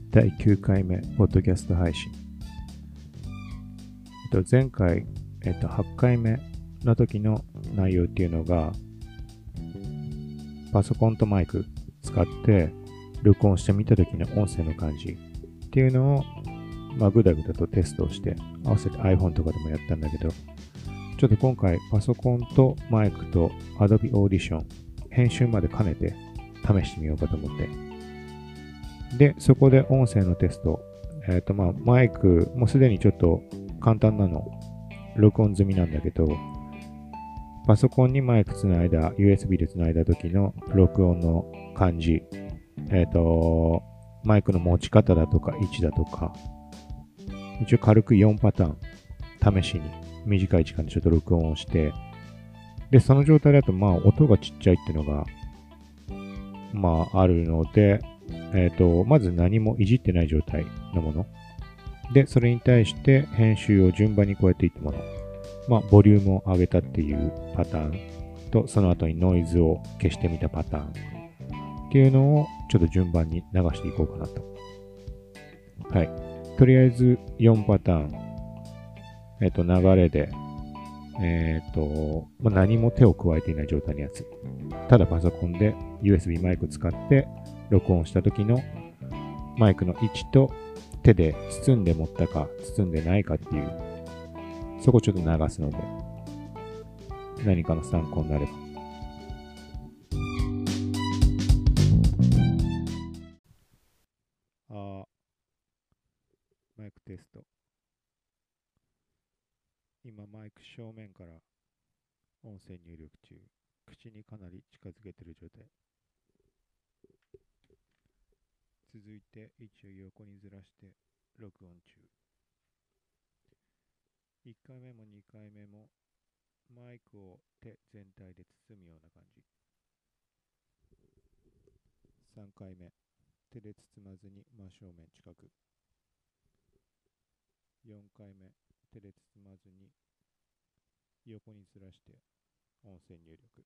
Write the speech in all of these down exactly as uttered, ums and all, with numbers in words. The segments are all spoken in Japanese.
だいきゅうかいめポッドキャスト配信。えっと、前回、えっと、はちかいめの時の内容っていうのが、パソコンとマイク使って録音してみた時の音声の感じっていうのを、まあ、ぐだぐだとテストをして、合わせて iPhone とかでもやったんだけど、ちょっと今回パソコンとマイクと Adobe Audition 編集まで兼ねて試してみようかと思って。で、そこで音声のテスト、えっとまあマイク、もうすでにちょっと簡単なの、録音済みなんだけど、パソコンにマイクつないだ、ユーエスビー でつないだ時の録音の感じ、えっと、マイクの持ち方だとか位置だとか、一応軽くよんパターン試しに短い時間でちょっと録音をして、で、その状態だとまあ音がちっちゃいっていうのが、まああるので、えっと、まず何もいじってない状態のもの。で、それに対して編集を順番にこうやっていったもの。まあ、ボリュームを上げたっていうパターンと、その後にノイズを消してみたパターンっていうのをちょっと順番に流していこうかなと。はい。とりあえずよんパターン。えっと、流れで、えっと、まあ、何も手を加えていない状態のやつ。ただパソコンで ユーエスビー マイク使って録音した時のマイクの位置と手で包んで持ったか包んでないかっていう、そこちょっと流すので何かの参考になれば。あマイクテスト。今マイク正面から音声入力中。口にかなり近づけてる状態。続いて位置を横にずらして録音中。いっかいめもにかいめもマイクを手全体で包むような感じ。さんかいめ、手で包まずに真正面近く。よんかいめ、手で包まずに横にずらして音声入力。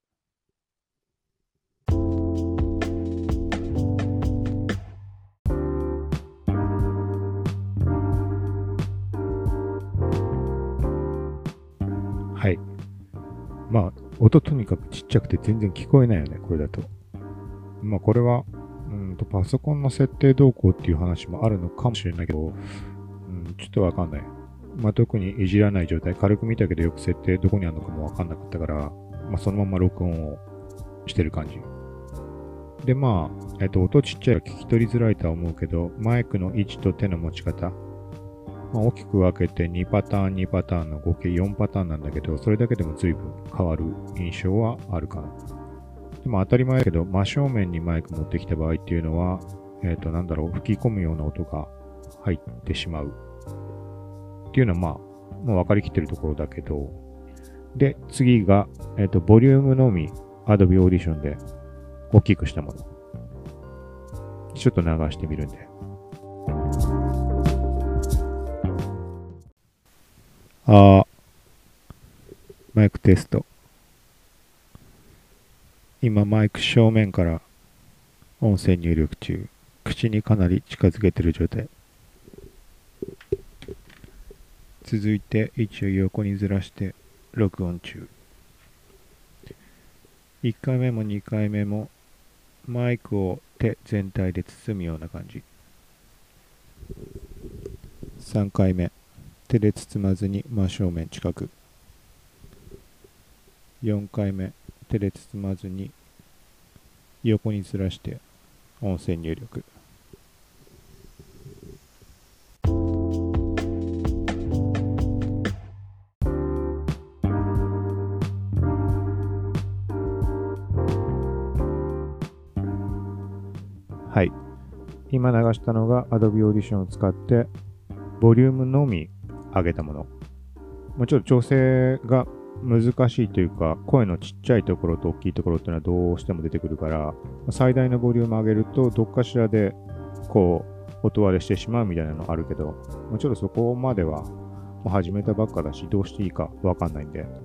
はい。まあ、音とにかくちっちゃくて全然聞こえないよね、これだと。まあ、これは、うんとパソコンの設定動向っていう話もあるのかもしれないけど、うん、ちょっとわかんない。まあ、特にいじらない状態、軽く見たけどよく設定どこにあるのかもわかんなかったから、まあ、そのまま録音をしてる感じ。で、まあ、えっと、音ちっちゃいから聞き取りづらいとは思うけど、マイクの位置と手の持ち方、まあ、大きく分けてにパターン、にパターンの合計よんパターンなんだけど、それだけでも随分変わる印象はあるかな。でも当たり前だけど、真正面にマイク持ってきた場合っていうのは、えっと、なんだろう、吹き込むような音が入ってしまう。っていうのはまあ、もう分かりきってるところだけど、で、次が、えっと、ボリュームのみ Adobe Audition で大きくしたもの。ちょっと流してみるんで。あー、マイクテスト。今マイク正面から音声入力中。口にかなり近づけてる状態。続いて位置を横にずらして録音中。いっかいめもにかいめもマイクを手全体で包むような感じ。さんかいめ、手で包まずに真正面近く。よんかいめ、手で包まずに横にずらして音声入力。はい。今流したのが Adobe Audition を使ってボリュームのみ上げたもの。もうちょっと調整が難しいというか、声のちっちゃいところと大きいところっていうのはどうしても出てくるから、最大のボリューム上げるとどっかしらでこう音割れしてしまうみたいなのあるけど、もうちょっとそこまではもう始めたばっかだし、どうしていいかわかんないんで。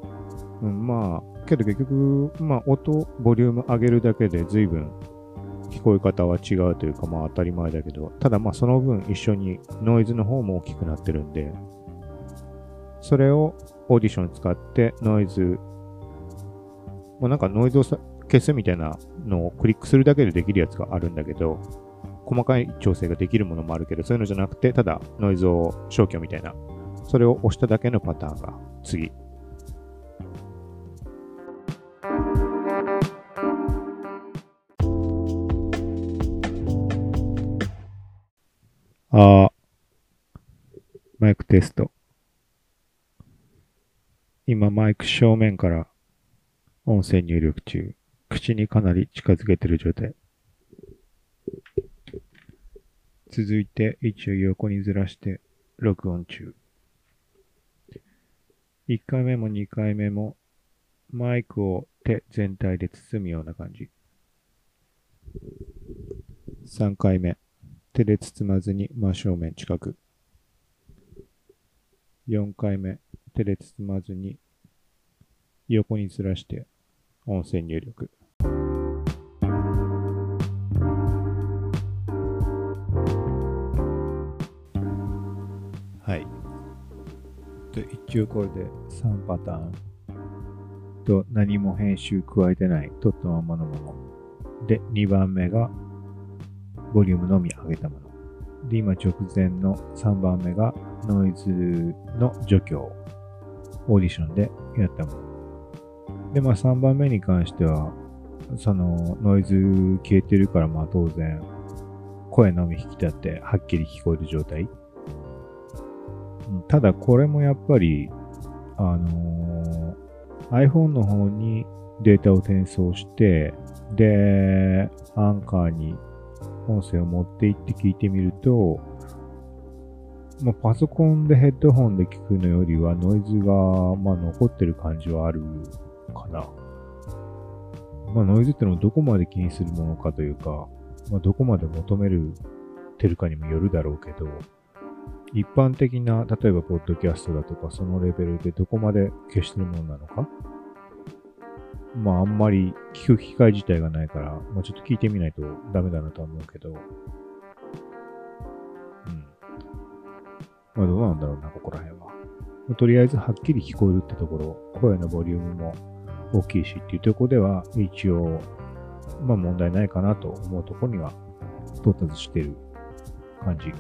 うん、まあ、けど結局、まあ音、ボリューム上げるだけで随分聞こえ方は違うというか、まあ当たり前だけど、ただまあその分一緒にノイズの方も大きくなってるんで、それをオーディション使ってノイズ、もうなんかノイズを消すみたいなのをクリックするだけでできるやつがあるんだけど、細かい調整ができるものもあるけど、そういうのじゃなくて、ただノイズを消去みたいな、それを押しただけのパターンが次。あー、マイクテスト。今マイク正面から音声入力中。口にかなり近づけてる状態。続いて位置を横にずらして録音中。いっかいめもにかいめもマイクを手全体で包むような感じ。さんかいめ、手で包まずに真正面近く。よんかいめ、手で包まずに横にずらして音声入力。はい。で、一応これでさんパターンと何も編集加えてない撮ったままのもの。で、にばんめがボリュームのみ上げたもの。で、今直前のさんばんめがノイズの除去をオーディションでやったもの。で、まあさんばんめに関しては、そのノイズ消えてるからまあ当然声のみ引き立ってはっきり聞こえる状態。ただこれもやっぱり、あのー、iPhone の方にデータを転送して、で、アンカーに音声を持って行って聞いてみると、まあ、パソコンでヘッドホンで聞くのよりはノイズが、まあ、残ってる感じはあるかな。まあ、ノイズってのはどこまで気にするものかというか、まあ、どこまで求めるてるかにもよるだろうけど、一般的な、例えばポッドキャストだとかそのレベルでどこまで消してるものなのか、まああんまり聞く機会自体がないから、まあちょっと聞いてみないとダメだなとは思うけど、うん。まあどうなんだろうな、ここら辺は。とりあえずはっきり聞こえるってところ、声のボリュームも大きいしっていうところでは、一応、まあ問題ないかなと思うところには到達してる感じ。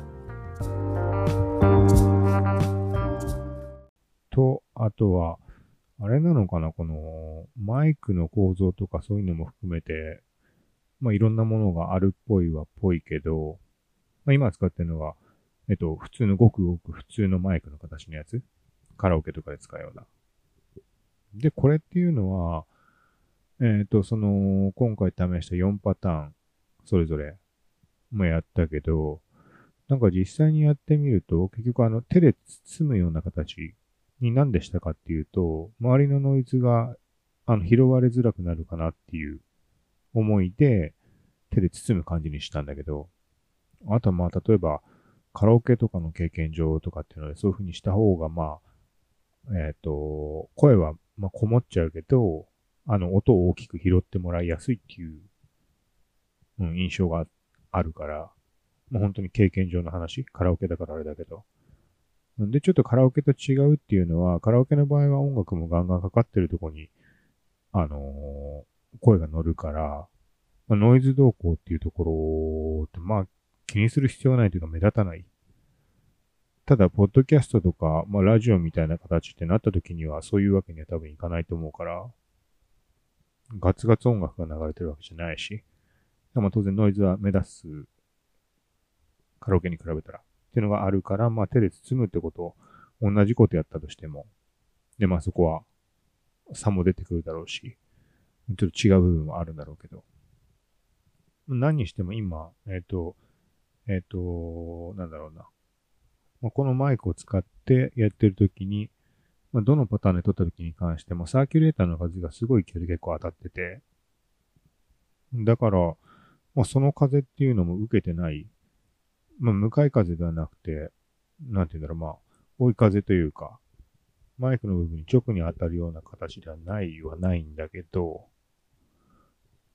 と、あとは、あれなのかな、このマイクの構造とかそういうのも含めて、まあいろんなものがあるっぽいはっぽいけど、まあ今使ってるのは、えっと、普通のごくごく普通のマイクの形のやつ。カラオケとかで使うような。で、これっていうのは、えっと、その、今回試したよんパターン、それぞれもやったけど、なんか実際にやってみると、結局あの手で包むような形になんでしたかっていうと、周りのノイズがあの拾われづらくなるかなっていう思いで手で包む感じにしたんだけど、あとはまあ例えばカラオケとかの経験上とかっていうのでそういう風にした方がまあ、えっと、声はまあこもっちゃうけど、あの音を大きく拾ってもらいやすいっていう、うん、印象があるから、もう本当に経験上の話、カラオケだからあれだけど。で、ちょっとカラオケと違うっていうのは、カラオケの場合は音楽もガンガンかかってるとこに、あのー、声が乗るから、まあ、ノイズ動向っていうところって、まあ、気にする必要がないというか目立たない。ただ、ポッドキャストとか、まあ、ラジオみたいな形ってなった時には、そういうわけには多分いかないと思うから、ガツガツ音楽が流れてるわけじゃないし、まあ、当然ノイズは目立つカラオケに比べたらっていうのがあるから、まあ手で包むってことを同じことやったとしても、で、まあそこは差も出てくるだろうし、ちょっと違う部分はあるんだろうけど、何にしても今、えっと、えっと、なんだろうな。まあ、このマイクを使ってやってるときに、まあ、どのパターンで撮ったときに関しても、サーキュレーターの数がすごい勢いで結構当たってて、だから、まあ、その風っていうのも受けてない、まあ、向かい風ではなくて、なんて言うんだろう、まあ、追い風というか、マイクの部分に直に当たるような形ではないはないんだけど、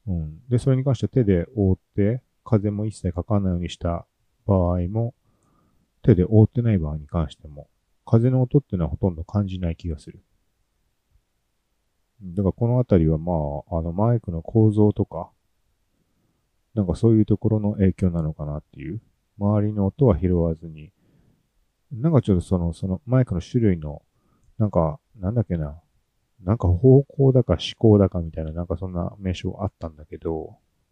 うん。で、それに関しては手で覆って、風も一切かかんないようにした場合も、手で覆ってない場合に関しても、風の音っていうのはほとんど感じない気がする。だからこのあたりはまあ、あのマイクの構造とか、なんかそういうところの影響なのかなっていう。周りの音は拾わずに、なんかちょっとその、そのマイクの種類の、なんか、なんだっけな、なんか方向だか思考だかみたいな、なんかそんな名称あったんだけど、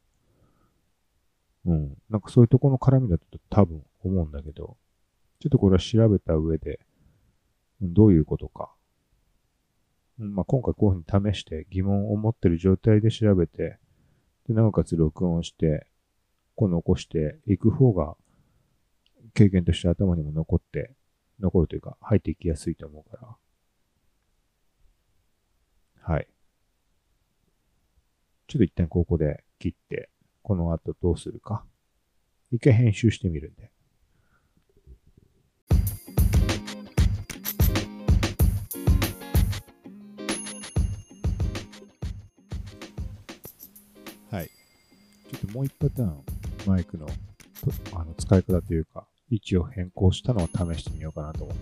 うん。なんかそういうところの絡みだと多分思うんだけど、ちょっとこれは調べた上で、どういうことか。まあ、今回こういうふうに試して疑問を持ってる状態で調べて、で、なおかつ録音して、こう残していく方が経験として頭にも残って、残るというか入っていきやすいと思うから。はい。ちょっと一旦ここで切って、この後どうするか。一回編集してみるんで。はい。ちょっともう一パターン、マイクのあの使い方というか、位置を変更したのを試してみようかなと思って。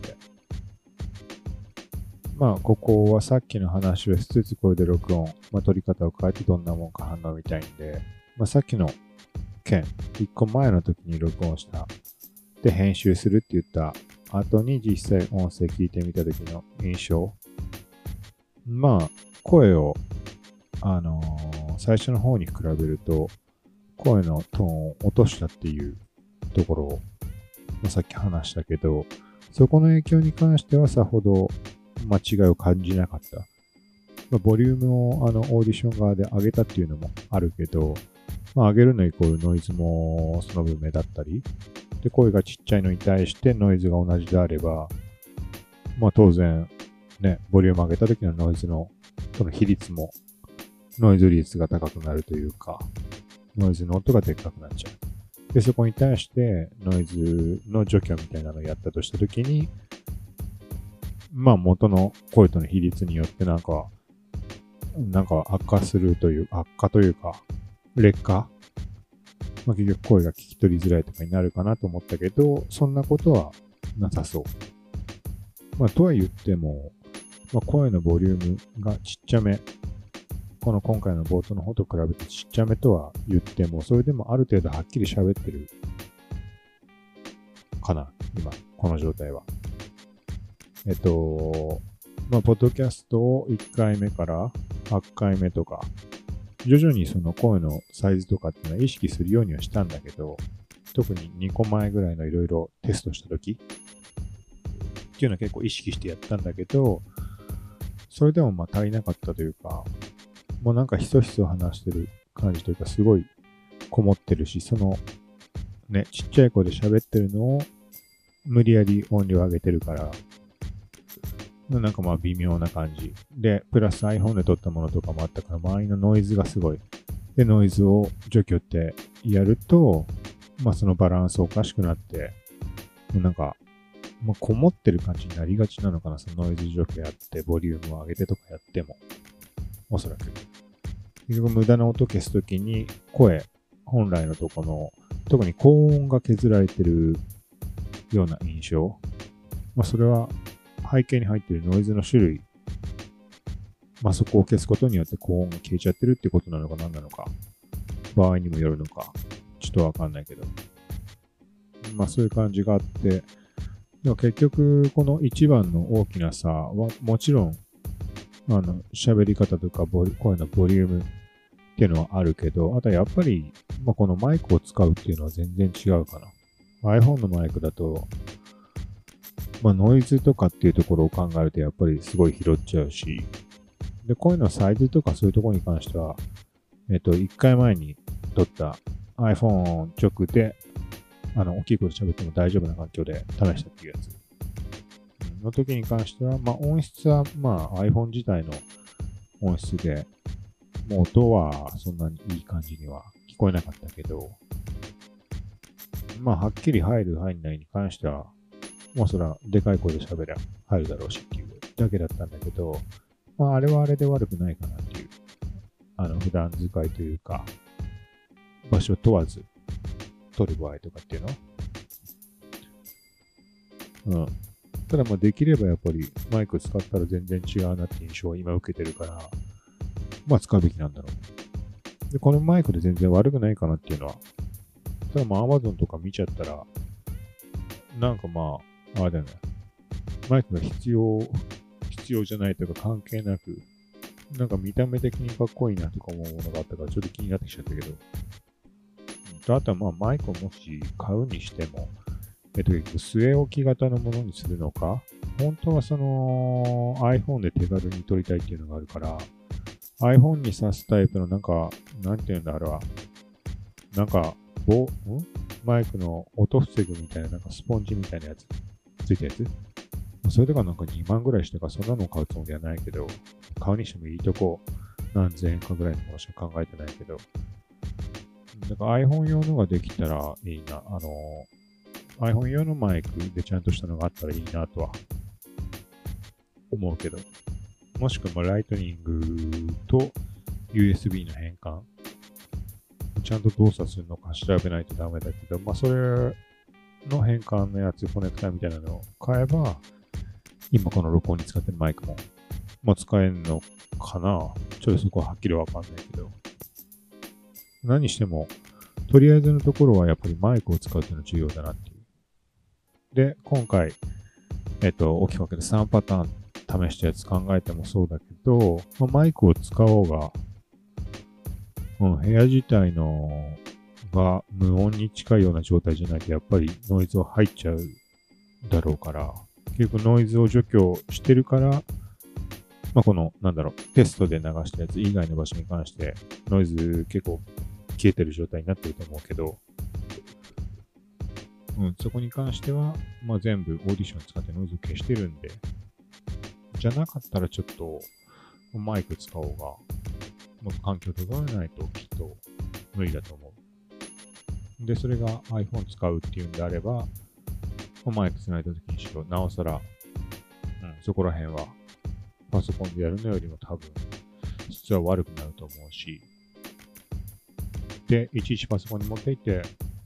まあ、ここはさっきの話をしつつ、これで録音、まあ、取り方を変えてどんなもんか反応みたいんで、まあ、さっきの件、一個前の時に録音した、で、編集するって言った後に実際音声聞いてみた時の印象。まあ、声を、あのー最初の方に比べると、声のトーンを落としたっていうところを、まあ、さっき話したけど、そこの影響に関してはさほど間違いを感じなかった。まあ、ボリュームをあのオーディション側で上げたっていうのもあるけど、まあ、上げるのイコールノイズもその分目だったり、で、声がちっちゃいのに対してノイズが同じであれば、まあ当然、ね、ボリューム上げた時のノイズの、その比率も、ノイズ率が高くなるというか、ノイズの音がでっかくなっちゃう。で、そこに対してノイズの除去みたいなのをやったとしたときに、まあ元の声との比率によってなんか、なんか悪化するという、悪化というか、劣化、まあ、結局声が聞き取りづらいとかになるかなと思ったけど、そんなことはなさそう。まあ、とは言っても、まあ、声のボリュームがちっちゃめ、この今回の冒頭の方と比べてちっちゃめとは言っても、それでもある程度はっきり喋ってるかな、今、この状態は。えっと、まあ、ポッドキャストをいっかいめからはちかいめとか、徐々にその声のサイズとかっていうのは意識するようにはしたんだけど、特ににこまえぐらいのいろいろテストした時っていうのは結構意識してやったんだけど、それでもまあ足りなかったというか、もうなんかひそひそ話してる感じというか、すごいこもってるし、そのね、ちっちゃい声で喋ってるのを無理やり音量上げてるから、なんかまあ微妙な感じ。で、プラス iPhone で撮ったものとかもあったから、周りのノイズがすごい。で、ノイズを除去ってやると、まあそのバランスおかしくなって、なんか、まあ、こもってる感じになりがちなのかな、そのノイズ除去やって、ボリュームを上げてとかやっても。おそらく。結局無駄な音消すときに、声、本来のとこの、特に高音が削られてるような印象。まあそれは、背景に入っているノイズの種類、まあ、そこを消すことによって高音が消えちゃってるってことなのか何なのか、場合にもよるのか、ちょっとわかんないけど。まあそういう感じがあって、でも結局この一番の大きな差はもちろん、あの、喋り方とかボリ声のボリュームっていうのはあるけど、あとはやっぱり、まあ、このマイクを使うっていうのは全然違うかな。iPhone のマイクだと、まあ、ノイズとかっていうところを考えるとやっぱりすごい拾っちゃうし、で、声のサイズとかそういうところに関しては、えっと、いっかいまえに撮った iPhone 直で、あの、大きい声で喋っても大丈夫な環境で試したっていうやつの時に関しては、まあ、音質は、まあ、iPhone 自体の音質で、もう音はそんなにいい感じには聞こえなかったけど、まあ、はっきり入る入んないに関しては、もうそれはでかい声で喋りゃ入るだろうしっていうだけだったんだけど、まああれはあれで悪くないかなっていう。 あの普段使いというか、場所問わず撮る場合とかっていうの。うん。ただまあできればやっぱりマイク使ったら全然違うなって印象を今受けてるから、まあ使うべきなんだろう。で、このマイクで全然悪くないかなっていうのは、ただまあ Amazon とか見ちゃったら、なんかまあ、あれだよね。マイクが必要、必要じゃないとか関係なく、なんか見た目的にかっこいいなとか思うものがあったからちょっと気になってきちゃったけど。あとはまあマイクをもし買うにしても、えっと、据え置き型のものにするのか、本当はその iPhone で手軽に撮りたいっていうのがあるから、iPhone に挿すタイプのなんか、なんていうんだあれは、なんか、棒、んマイクの音防ぐみたいな、なんかスポンジみたいなやつ、ついたやつそれとかなんかにまんぐらいしてか、そんなの買うつもりはないけど、買うにしてもいいとこ、何千円かぐらいのものしか考えてないけど、だから iPhone 用のができたらいいな。あの、iPhone 用のマイクでちゃんとしたのがあったらいいなとは思うけど、もしくはライトニングと ユーエスビー の変換、ちゃんと動作するのか調べないとダメだけど、まあそれの変換のやつ、コネクタみたいなのを買えば、今この録音に使ってるマイクも、まあ使えるのかな。ちょっとそこははっきりわかんないけど。何しても、とりあえずのところはやっぱりマイクを使うっていうのは重要だなっていう。で、今回、えっと、大きく分けてさんパターン試したやつ考えてもそうだけど、まあ、マイクを使おうが、うん、部屋自体のが無音に近いような状態じゃないとやっぱりノイズは入っちゃうだろうから、結局ノイズを除去してるから、まあ、この、なんだろう、テストで流したやつ以外の場所に関してノイズ結構消えてる状態になってると思うけど、うん、そこに関しては、まあ、全部オーディション使ってノイズを消してるんで、じゃなかったらちょっとマイク使おうが、もっと環境を整えないときっと無理だと思う。で、それが iPhone 使うっていうんであれば、マイク繋いだときにしろ、なおさら、うん、そこら辺はパソコンでやるのよりも多分質は悪くなると思うし、で、いちいちパソコンに持っていって、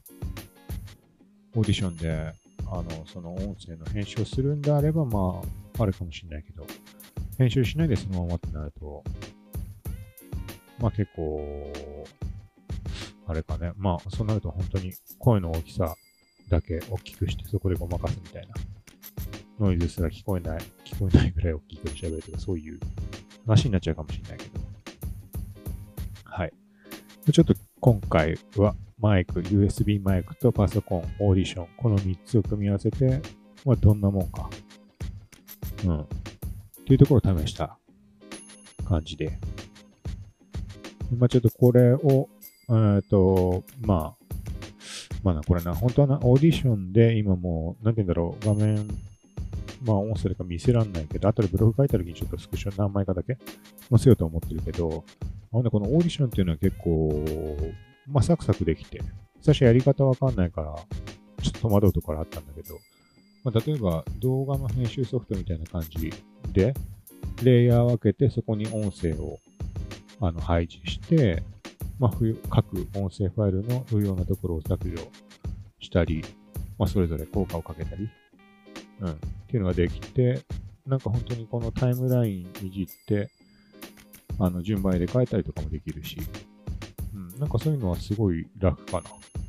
オーディションで、あの、その音声の編集をするんであれば、まあ、あるかもしれないけど、編集しないでそのままってなると、まあ結構、あれかね。まあ、そうなると本当に声の大きさだけ大きくしてそこでごまかすみたいな。ノイズすら聞こえない、聞こえないぐらい大きく喋るとかそういう話になっちゃうかもしれないけど。はい。ちょっと今回はマイク、ユーエスビー マイクとパソコン、オーディション、このみっつを組み合わせて、まあどんなもんか。うん。っていうところを試した感じで。今ちょっとこれを、えっと、まあ、まあな、これな、本当はな、オーディションで今もう、なんて言うんだろう、画面、まあ音声とか見せらんないけど、後でブログ書いた時にちょっとスクショ何枚かだけ載せようと思ってるけど、このオーディションっていうのは結構、まあサクサクできて、最初やり方わかんないから、ちょっと戸惑うところあったんだけど、まあ、例えば動画の編集ソフトみたいな感じで、レイヤーを分けてそこに音声をあの配置して、まあ、各音声ファイルの不要なところを削除したり、まあ、それぞれ効果をかけたり、うん、っていうのができて、なんか本当にこのタイムラインいじって、あの順番で変えたりとかもできるし、うん、なんかそういうのはすごい楽かな。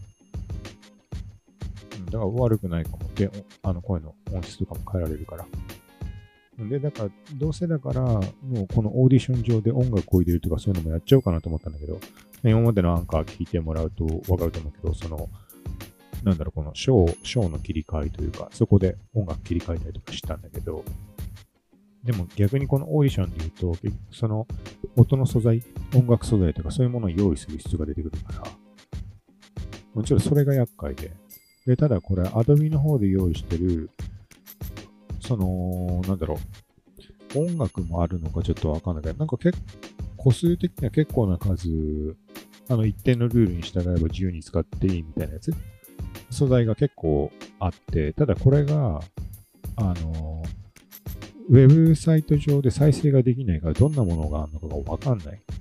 うん、だから悪くないかも。で、あの声の音質とかも変えられるから。で、だから、どうせだから、もうこのオーディション上で音楽を入れるとかそういうのもやっちゃおうかなと思ったんだけど、今までのアンカー聞いてもらうとわかると思うけど、その、なんだろう、このショー、ショーの切り替えというか、そこで音楽切り替えたりとかしたんだけど、でも逆にこのオーディションで言うと、その音の素材、音楽素材とかそういうものを用意する必要が出てくるから、もちろんそれが厄介で、で、ただこれ Adobe の方で用意してる、その、なんだろう、音楽もあるのかちょっとわかんないけど、なんか結構、個数的には結構な数、あの一定のルールに従えば自由に使っていいみたいなやつ、素材が結構あって、ただこれが、あの、ウェブサイト上で再生ができないからどんなものがあるのかがわかんない。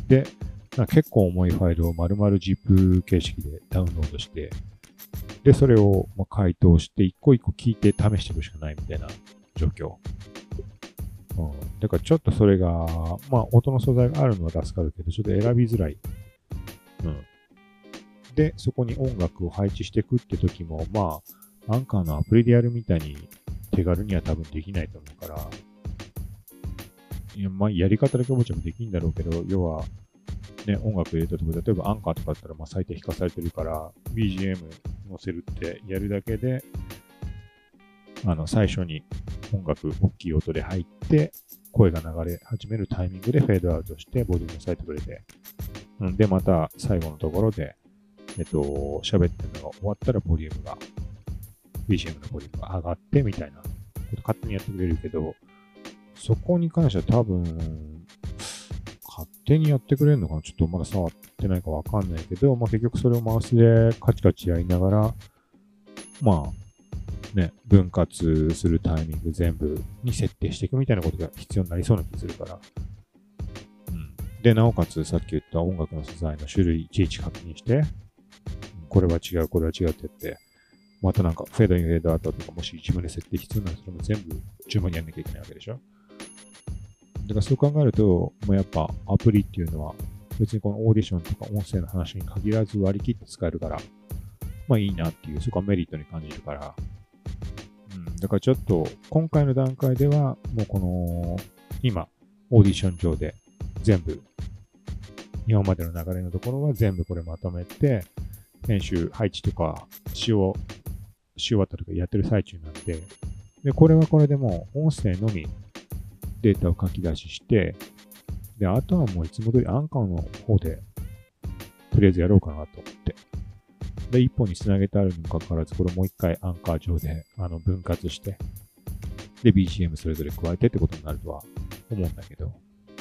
で、なんか結構重いファイルを丸々 ジップ 形式でダウンロードして、で、それをまあ解凍して一個一個聞いて試していくしかないみたいな状況。うん。だからちょっとそれが、まあ音の素材があるのは助かるけど、ちょっと選びづらい。うん。で、そこに音楽を配置していくって時も、まあ、アンカーのアプリでやるみたいに手軽には多分できないと思うから、いや、まあ、やり方だけもちろんできるんだろうけど、要は、ね、音楽入れたところ、例えばアンカーとかだったら、まあ、最低引かされてるから、ビージーエム 載せるってやるだけで、あの、最初に音楽、大きい音で入って、声が流れ始めるタイミングでフェードアウトして、ボリューム抑えてくれて、うん、で、また最後のところで、えっと、喋ってるのが終わったら、ボリュームが、ビージーエム のボリュームが上がって、みたいなこと勝手にやってくれるけど、そこに関しては多分、勝手にやってくれるのかな、ちょっとまだ触ってないかわかんないけど、まあ結局それをマウスでカチカチやりながら、まあ、ね、分割するタイミング全部に設定していくみたいなことが必要になりそうな気するから。うん。で、なおかつさっき言った音楽の素材の種類いちいち確認して、これは違う、これは違うって言って、またなんかフェードイン、フェードアウトとかもし自分で設定必要ならそれも全部順番にやんなきゃいけないわけでしょ。だからそう考えると、もうやっぱアプリっていうのは別にこのオーディションとか音声の話に限らず割り切って使えるから、まあいいなっていう、そこはメリットに感じるから、うん、だからちょっと今回の段階ではもうこの今オーディション上で全部今までの流れのところは全部これまとめて編集配置とかしよう、し終わったとかやってる最中なんで、で、これはこれでもう音声のみデータを書き出しして、で、あとはもういつも通りアンカーの方で、とりあえずやろうかなと思って。で、一本につなげてあるにもかかわらず、これもう一回アンカー上であの分割して、で、ビージーエム それぞれ加えてってことになるとは思うんだけど。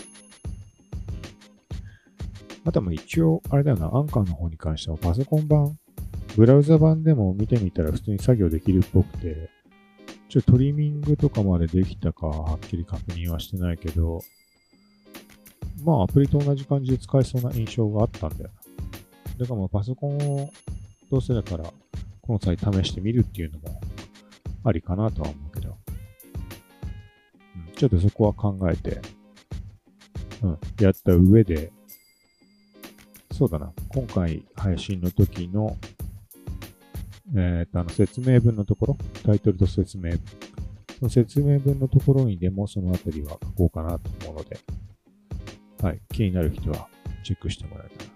あとはもう一応、あれだよな、アンカーの方に関してはパソコン版、ブラウザ版でも見てみたら普通に作業できるっぽくて、ちょっとトリミングとかまでできたかはっきり確認はしてないけど、まあアプリと同じ感じで使えそうな印象があったんだよな。だからまあパソコンをどうせだからこの際試してみるっていうのもありかなとは思うけど、うん、ちょっとそこは考えて、うん、やった上で、そうだな、今回配信の時のえっと、あの説明文のところ、タイトルと説明文。その説明文のところにでもそのあたりは書こうかなと思うので、はい、気になる人はチェックしてもらえた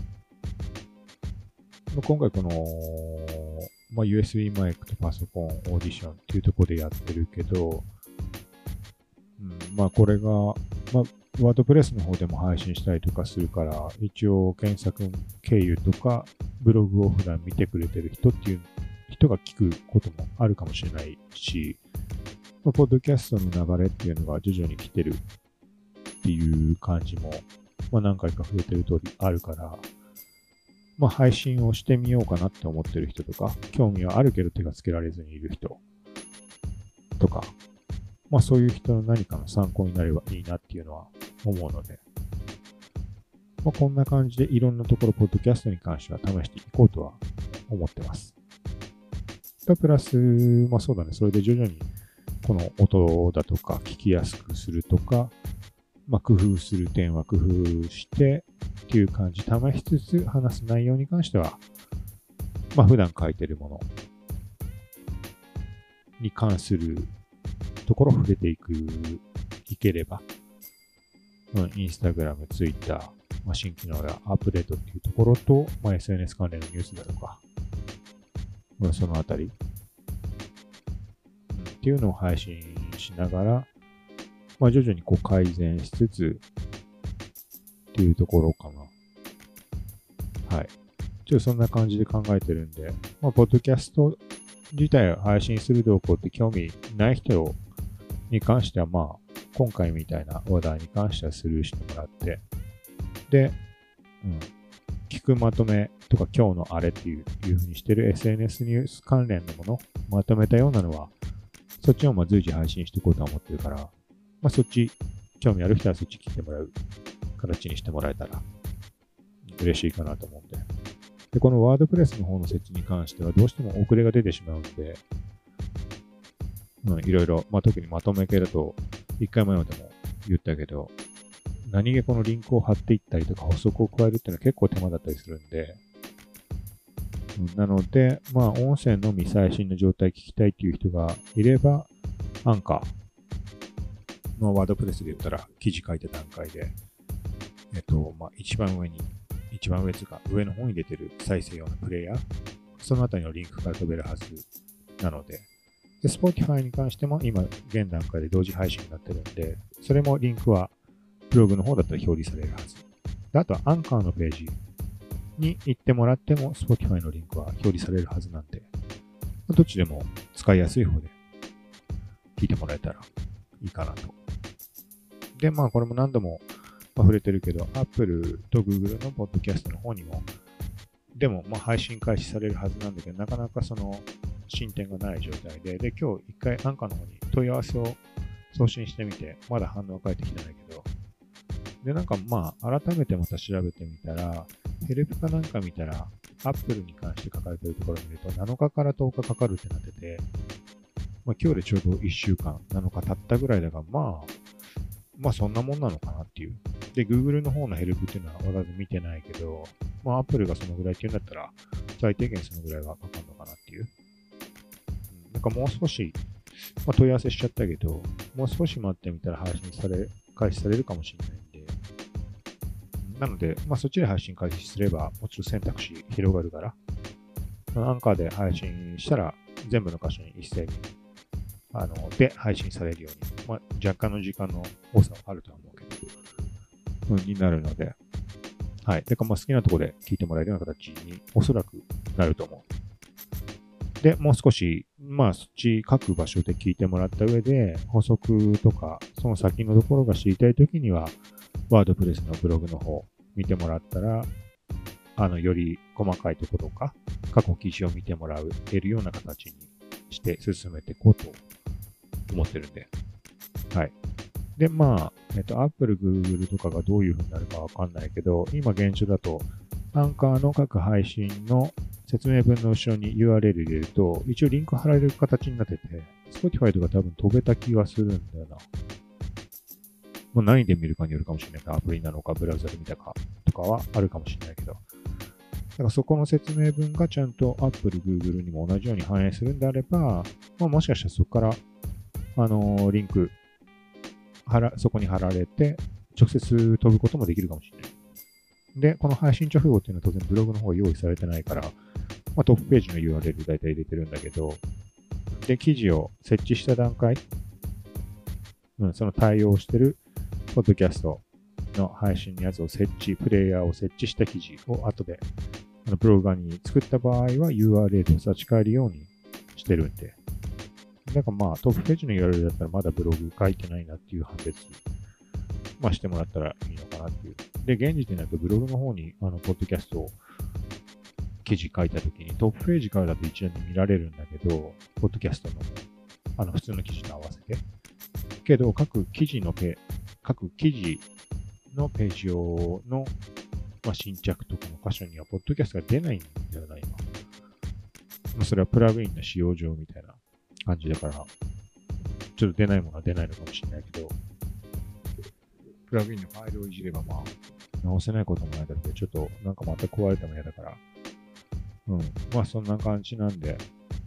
ら。今回この、まあ、ユーエスビー マイクとパソコン、オーディションっていうところでやってるけど、うん、まあこれが、まあ、ワードプレスの方でも配信したりとかするから、一応検索経由とか、ブログを普段見てくれてる人っていう人が聞くこともあるかもしれないし、まあ、ポッドキャストの流れっていうのが徐々に来てるっていう感じも、まあ、何回か触れてる通りあるから、まあ、配信をしてみようかなって思ってる人とか、興味はあるけど手がつけられずにいる人とか、まあそういう人の何かの参考になればいいなっていうのは思うので、まあ、こんな感じでいろんなところ、ポッドキャストに関しては試していこうとは思ってます。プラス、まあそうだね、それで徐々にこの音だとか聞きやすくするとか、まあ工夫する点は工夫してっていう感じ、試しつつ話す内容に関しては、まあ普段書いてるものに関するところを触れていく、いければ、うん、インスタグラム、ツイッター、まあ、新機能やアップデートっていうところと、まあ、エスエヌエス 関連のニュースだとか、まあ、そのあたり、うん、っていうのを配信しながら、まあ、徐々にこう改善しつつっていうところかな。はい。ちょっとそんな感じで考えてるんで、まあ、ポッドキャスト自体を配信する動向って興味ない人に関しては、まあ、今回みたいな話題に関してはスルーしてもらって、で、うん、聞くまとめとか今日のあれっていういう風にしてる エスエヌエス ニュース関連のものまとめたようなのは、そっちをまあ随時配信していこうとは思ってるから、まあそっち、興味ある人はそっち聞いてもらう形にしてもらえたら嬉しいかなと思うんで。で、このワードプレスの方の設置に関してはどうしても遅れが出てしまうんで、うん、いろいろ、まあ、特にまとめ系だと、一回前までも言ったけど、何気このリンクを貼っていったりとか補足を加えるっていうのは結構手間だったりするんで、なので、まあ、音声のみ最新の状態聞きたいっていう人がいれば、アンカーのワードプレスで言ったら、記事書いた段階で、えっと、まあ、一番上に、一番上というか、上の方に出てる再生用のプレイヤー、そのあたりのリンクから飛べるはずなので、で、Spotify に関しても今、現段階で同時配信になってるんで、それもリンクはブログの方だったら表示されるはず。で、あとはアンカーのページに行ってもらっても Spotify のリンクは表示されるはずなんで、どっちでも使いやすい方で聞いてもらえたらいいかなと。で、まあこれも何度も触れてるけど、Apple と Google の Podcast の方にも、でもまあ配信開始されるはずなんだけど、なかなかその進展がない状態で、で、今日一回アンカーの方に問い合わせを送信してみて、まだ反応が返ってきてないけど、で、なんかまあ改めてまた調べてみたら、ヘルプかなんか見たら、Apple に関して書かれているところを見ると、なのかからとおかかかるってなってて、まあ今日でちょうどいっしゅうかんなのか経ったぐらいだが、まあ、まあそんなもんなのかなっていう。で、Google の方のヘルプっていうのはわざわざ見てないけど、まあ Apple がそのぐらいっていうんだったら、最低限そのぐらいはかかるのかなっていう。なんかもう少し、まあ問い合わせしちゃったけど、もう少し待ってみたら配信され、開始されるかもしれないんで、なので、まあそっちで配信開始すれば、もちろん選択肢広がるから、アンカーで配信したら、全部の箇所に一斉に、あの、で配信されるように、まあ若干の時間の多さはあるとは思うけど、うん、になるので、はい。てか、まあ好きなところで聞いてもらえるような形におそらくなると思う。で、もう少し、まあそっち各場所で聞いてもらった上で、補足とか、その先のところが知りたいときには、ワードプレスのブログの方見てもらったら、あの、より細かいところとか、過去記事を見てもらえるような形にして進めていこうと思ってるんで。はい。で、まあ、えっと、Apple、Google とかがどういう風になるかわかんないけど、今現状だと、アンカーの各配信の説明文の後ろに ユーアールエル 入れると、一応リンク貼られる形になってて、Spotify とか多分飛べた気がするんだよな。もう何で見るかによるかもしれないけど、アプリなのか、ブラウザで見たかとかはあるかもしれないけど。だからそこの説明文がちゃんと Apple、Google にも同じように反映するんであれば、まあ、もしかしたらそこから、あのー、リンク、はら、そこに貼られて、直接飛ぶこともできるかもしれない。で、この配信直後っていうのは当然ブログの方が用意されてないから、まあ、トップページの ユーアールエル 大体入れてるんだけど、で、記事を設置した段階、うん、その対応してるポッドキャストの配信のやつを設置、プレイヤーを設置した記事を後であのブロガーに作った場合は ユーアールエル を差し替えるようにしてるんで。だからまあトップページの ユーアールエル だったらまだブログ書いてないなっていう判別、まあしてもらったらいいのかなっていう。で、現時点だとブログの方にあのポッドキャストを記事書いたときにトップページからだと一覧に見られるんだけど、ポッドキャストのあの普通の記事と合わせて。けど各記事のペ各記事のページ用の、まあ、新着とかの箇所には、ポッドキャストが出ないんだよな、今。まあ、それはプラグインの使用上みたいな感じだから、ちょっと出ないものは出ないのかもしれないけど、プラグインのファイルをいじれば、まあ、直せないこともないだろうけど、ちょっとなんかまた壊れても嫌だから、うん。まあ、そんな感じなんで、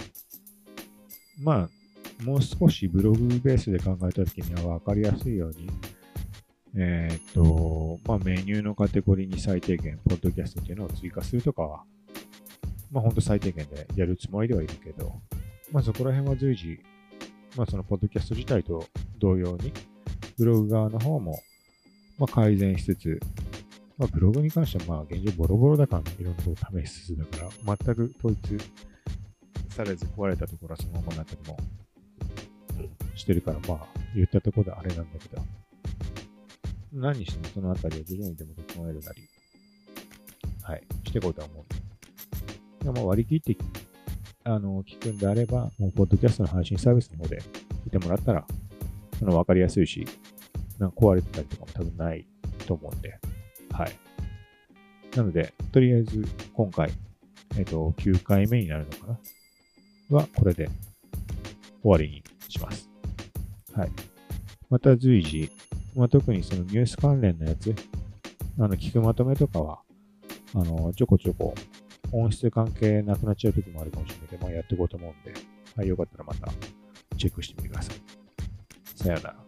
まあ、もう少しブログベースで考えたときには分かりやすいように、えーっと、まあメニューのカテゴリーに最低限、ポッドキャストっていうのを追加するとかは、まあほんと最低限でやるつもりではいるけど、まあそこら辺は随時、まあそのポッドキャスト自体と同様に、ブログ側の方も、まあ改善しつつ、まあブログに関してはまあ現状ボロボロだから、ね、いろんなことを試しつつだから、全く統一されず壊れたところはそのままになったりも、うん、してるから、まあ言ったところであれなんだけど、何にしてもそのあたりを徐々にでも整えるなり、はい、していこうとは思うんで。でも割り切って、あの、聞くんであれば、もう、ポッドキャストの配信サービスの方で聞いてもらったら、あの、わかりやすいし、なんか壊れてたりとかも多分ないと思うんで、 はい。なので、とりあえず今回、えっと、きゅうかいめになるのかなは、これで終わりにします。はい。また随時、まあ、特にそのニュース関連のやつ、あの、聞くまとめとかは、あの、ちょこちょこ音質関係なくなっちゃう時もあるかもしれないけど、まあ、やっていこうと思うんで、はい、よかったらまたチェックしてみてください。さようなら。